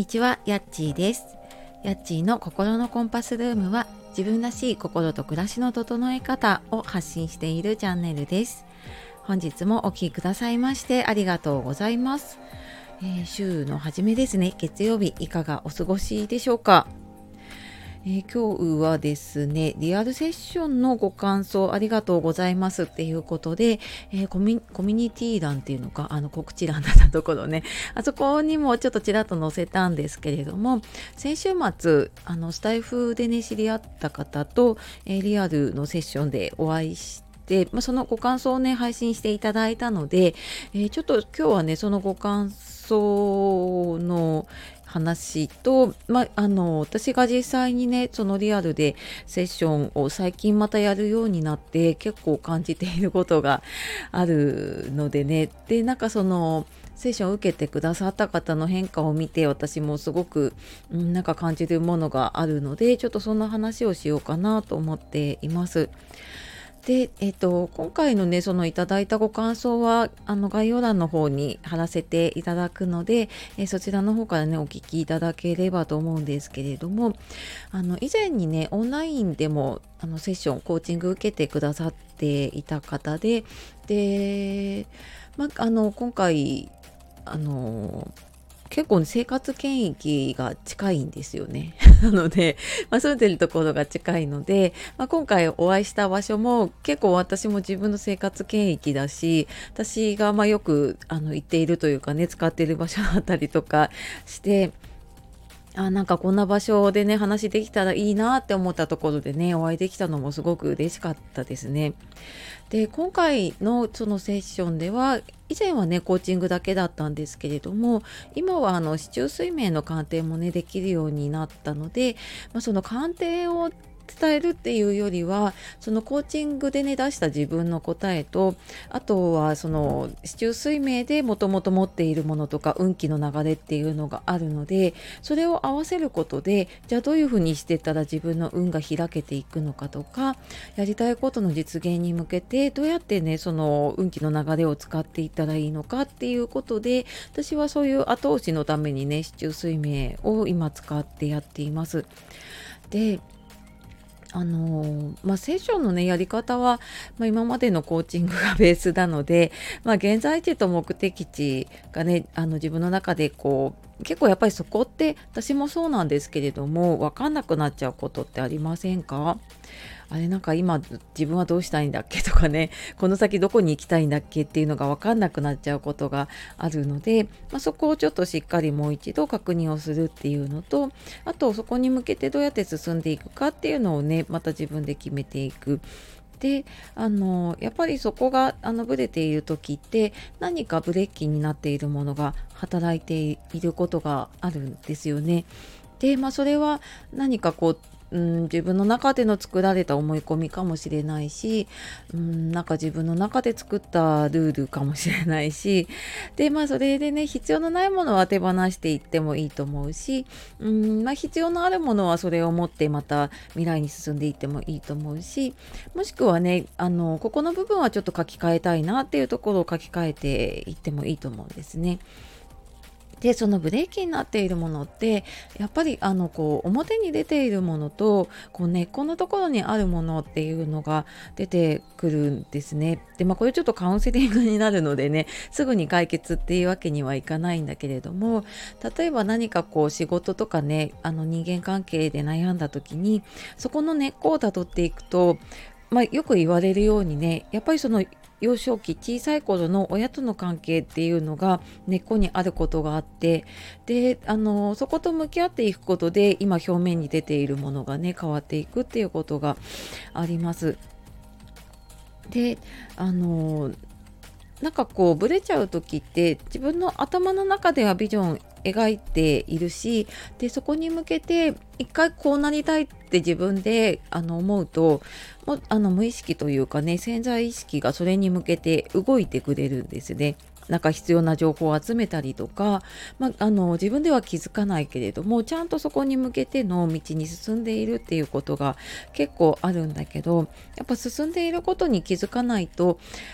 にちは、やっちーです。やっちーの心のコンパスルームは、自分らしい心と暮らしの整え方を発信しているチャンネルです。本日もお聞きくださいましてありがとうございます。週の初めですね、月曜日いかがお過ごしでしょうか。今日はですね、リアルセッションのご感想ありがとうございますっていうことで、コミュニティ欄っていうのか、告知欄だったところね、あそこにもちょっとちらっと載せたんですけれども、先週末、スタイフでね、知り合った方と、リアルのセッションでお会いして、そのご感想をね、配信していただいたので、ちょっと今日はね、そのご感想の話と、私が実際にね、そのリアルでセッションを最近またやるようになって結構感じていることがあるのでね。で、そのセッションを受けてくださった方の変化を見て、私もすごく、感じるものがあるので、ちょっとそんな話をしようかなと思っています。で、今回のね、そのいただいたご感想は、概要欄の方に貼らせていただくので、そちらの方からね、お聞きいただければと思うんですけれども、以前にね、オンラインでも、セッション、コーチング受けてくださっていた方で、今回、あの、結構、ね、生活圏域が近いんですよね。なので、住んでるところが近いので、今回お会いした場所も結構私も自分の生活圏域だし、私がよく行っているというかね、使っている場所だったりとかして、こんな場所でね、話できたらいいなって思ったところでね、お会いできたのもすごく嬉しかったですね。で、今回のそのセッションでは、以前はね、コーチングだけだったんですけれども、今は四柱推命の鑑定もね、できるようになったので、その鑑定を伝えるっていうよりは、そのコーチングでね、出した自分の答えと、あとはその四柱推命でもともと持っているものとか運気の流れっていうのがあるので、それを合わせることで、じゃあどういうふうにしていったら自分の運が開けていくのかとか、やりたいことの実現に向けてどうやってね、その運気の流れを使っていったらいいのかっていうことで、私はそういう後押しのためにね、四柱推命を今使ってやっています。で、セッションのね、やり方は、今までのコーチングがベースなので、現在地と目的地がね、自分の中で結構やっぱりそこって私もそうなんですけれども、分かんなくなっちゃうことってありませんか？あれ、今自分はどうしたいんだっけとかね、この先どこに行きたいんだっけっていうのが分かんなくなっちゃうことがあるので、そこをちょっとしっかりもう一度確認をするっていうのと、あとそこに向けてどうやって進んでいくかっていうのをね、また自分で決めていく。で、やっぱりそこがブレている時って、何かブレーキになっているものが働いていることがあるんですよね。で、それは何か自分の中での作られた思い込みかもしれないし、自分の中で作ったルールかもしれないし、で、それでね、必要のないものは手放していってもいいと思うし、必要のあるものはそれを持ってまた未来に進んでいってもいいと思うし、もしくはね、ここの部分はちょっと書き換えたいなっていうところを書き換えていってもいいと思うんですね。で、そのブレーキになっているものって、やっぱり表に出ているものと、根っこのところにあるものっていうのが出てくるんですね。で、これちょっとカウンセリングになるのでね、すぐに解決っていうわけにはいかないんだけれども、例えば何か仕事とかね、人間関係で悩んだ時に、そこの根っこをたどっていくと、よく言われるようにね、やっぱりその幼少期、小さい頃の親との関係っていうのが根っこにあることがあって、で、そこと向き合っていくことで、今表面に出ているものがね、変わっていくっていうことがあります。で、ブレちゃう時って自分の頭の中ではビジョン描いているし、でそこに向けて一回こうなりたいって自分で思うと、もう無意識というかね、潜在意識がそれに向けて動いてくれるんですね。必要な情報を集めたりとか、自分では気づかないけれども、ちゃんとそこに向けての道に進んでいるっていうことが結構あるんだけど、やっぱ進んでいることに気づかないと、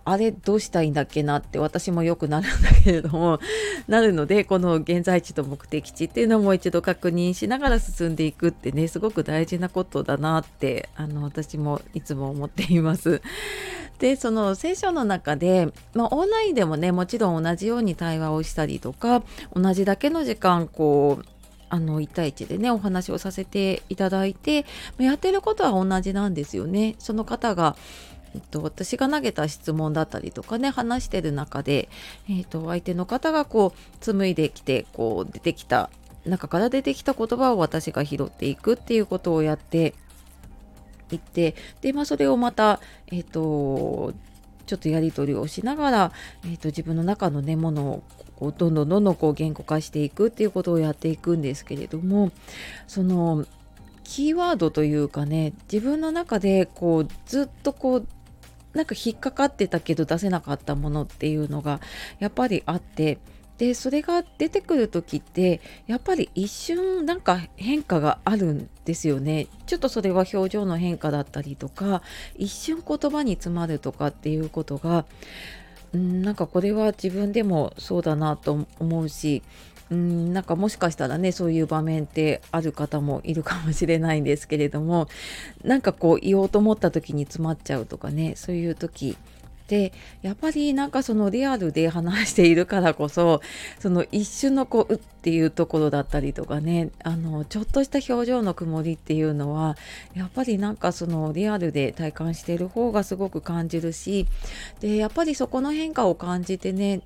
あれどうしたいんだっけなって私もよくなるんだけれどもなるので、この現在地と目的地っていうのをもう一度確認しながら進んでいくってね、すごく大事なことだなって私もいつも思っています。でその聖書の中で、オンラインでもねもちろん同じように対話をしたりとか、同じだけの時間1対1でねお話をさせていただいて、やってることは同じなんですよね。その方が私が投げた質問だったりとかね話してる中で、相手の方が紡いできて出てきた中から出てきた言葉を私が拾っていくっていうことをやっていって、で、それをまた、ちょっとやり取りをしながら、自分の中のねものをどんどんどんどん言語化していくっていうことをやっていくんですけれども、そのキーワードというかね、自分の中でずっとなんか引っかかってたけど出せなかったものっていうのがやっぱりあって、でそれが出てくる時ってやっぱり一瞬なんか変化があるんですよね。ちょっとそれは表情の変化だったりとか、一瞬言葉に詰まるとかっていうことが、なんかこれは自分でもそうだなと思うし、なんかもしかしたらねそういう場面ってある方もいるかもしれないんですけれども、なんか言おうと思った時に詰まっちゃうとかね、そういう時でやっぱりなんかそのリアルで話しているからこそ、その一瞬のうっていうところだったりとかね、ちょっとした表情の曇りっていうのはやっぱりなんかそのリアルで体感している方がすごく感じるし、でやっぱりそこの変化を感じてね、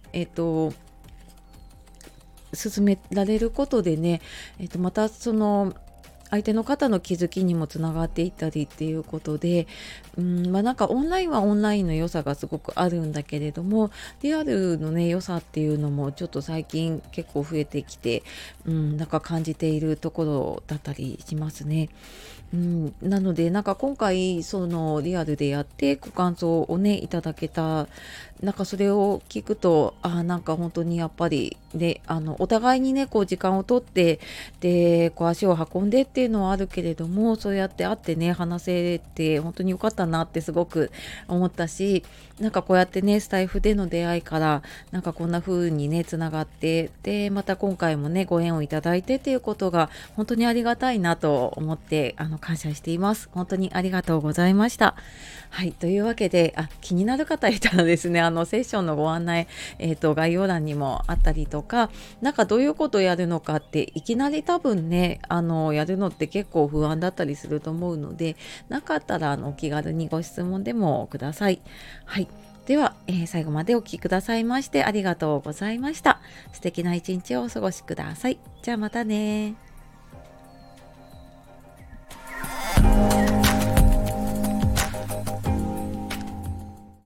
進められることでね、またその相手の方の気づきにもつながっていったりっていうことで、なんかオンラインはオンラインの良さがすごくあるんだけれども、リアルのね良さっていうのもちょっと最近結構増えてきて、なんか感じているところだったりしますね。なのでなんか今回そのリアルでやってご感想をねいただけた、なんかそれを聞くとなんか本当にやっぱりでお互いにね時間をとってで足を運んでっていうのはあるけれども、そうやって会ってね話せて本当に良かったなってすごく思ったし、なんかこうやってねスタイフでの出会いからなんかこんな風にねつながって、でまた今回もねご縁をいただいてっていうことが本当にありがたいなと思って感謝しています。本当にありがとうございました。はい、というわけで気になる方いたらですねセッションのご案内、概要欄にもあったりとか、なんかどういうことをやるのかっていきなり多分ねやるのって結構不安だったりすると思うので、なかったらお気軽にご質問でもください。はい、では、最後までお聞きくださいましてありがとうございました。素敵な一日をお過ごしください。じゃあまたね。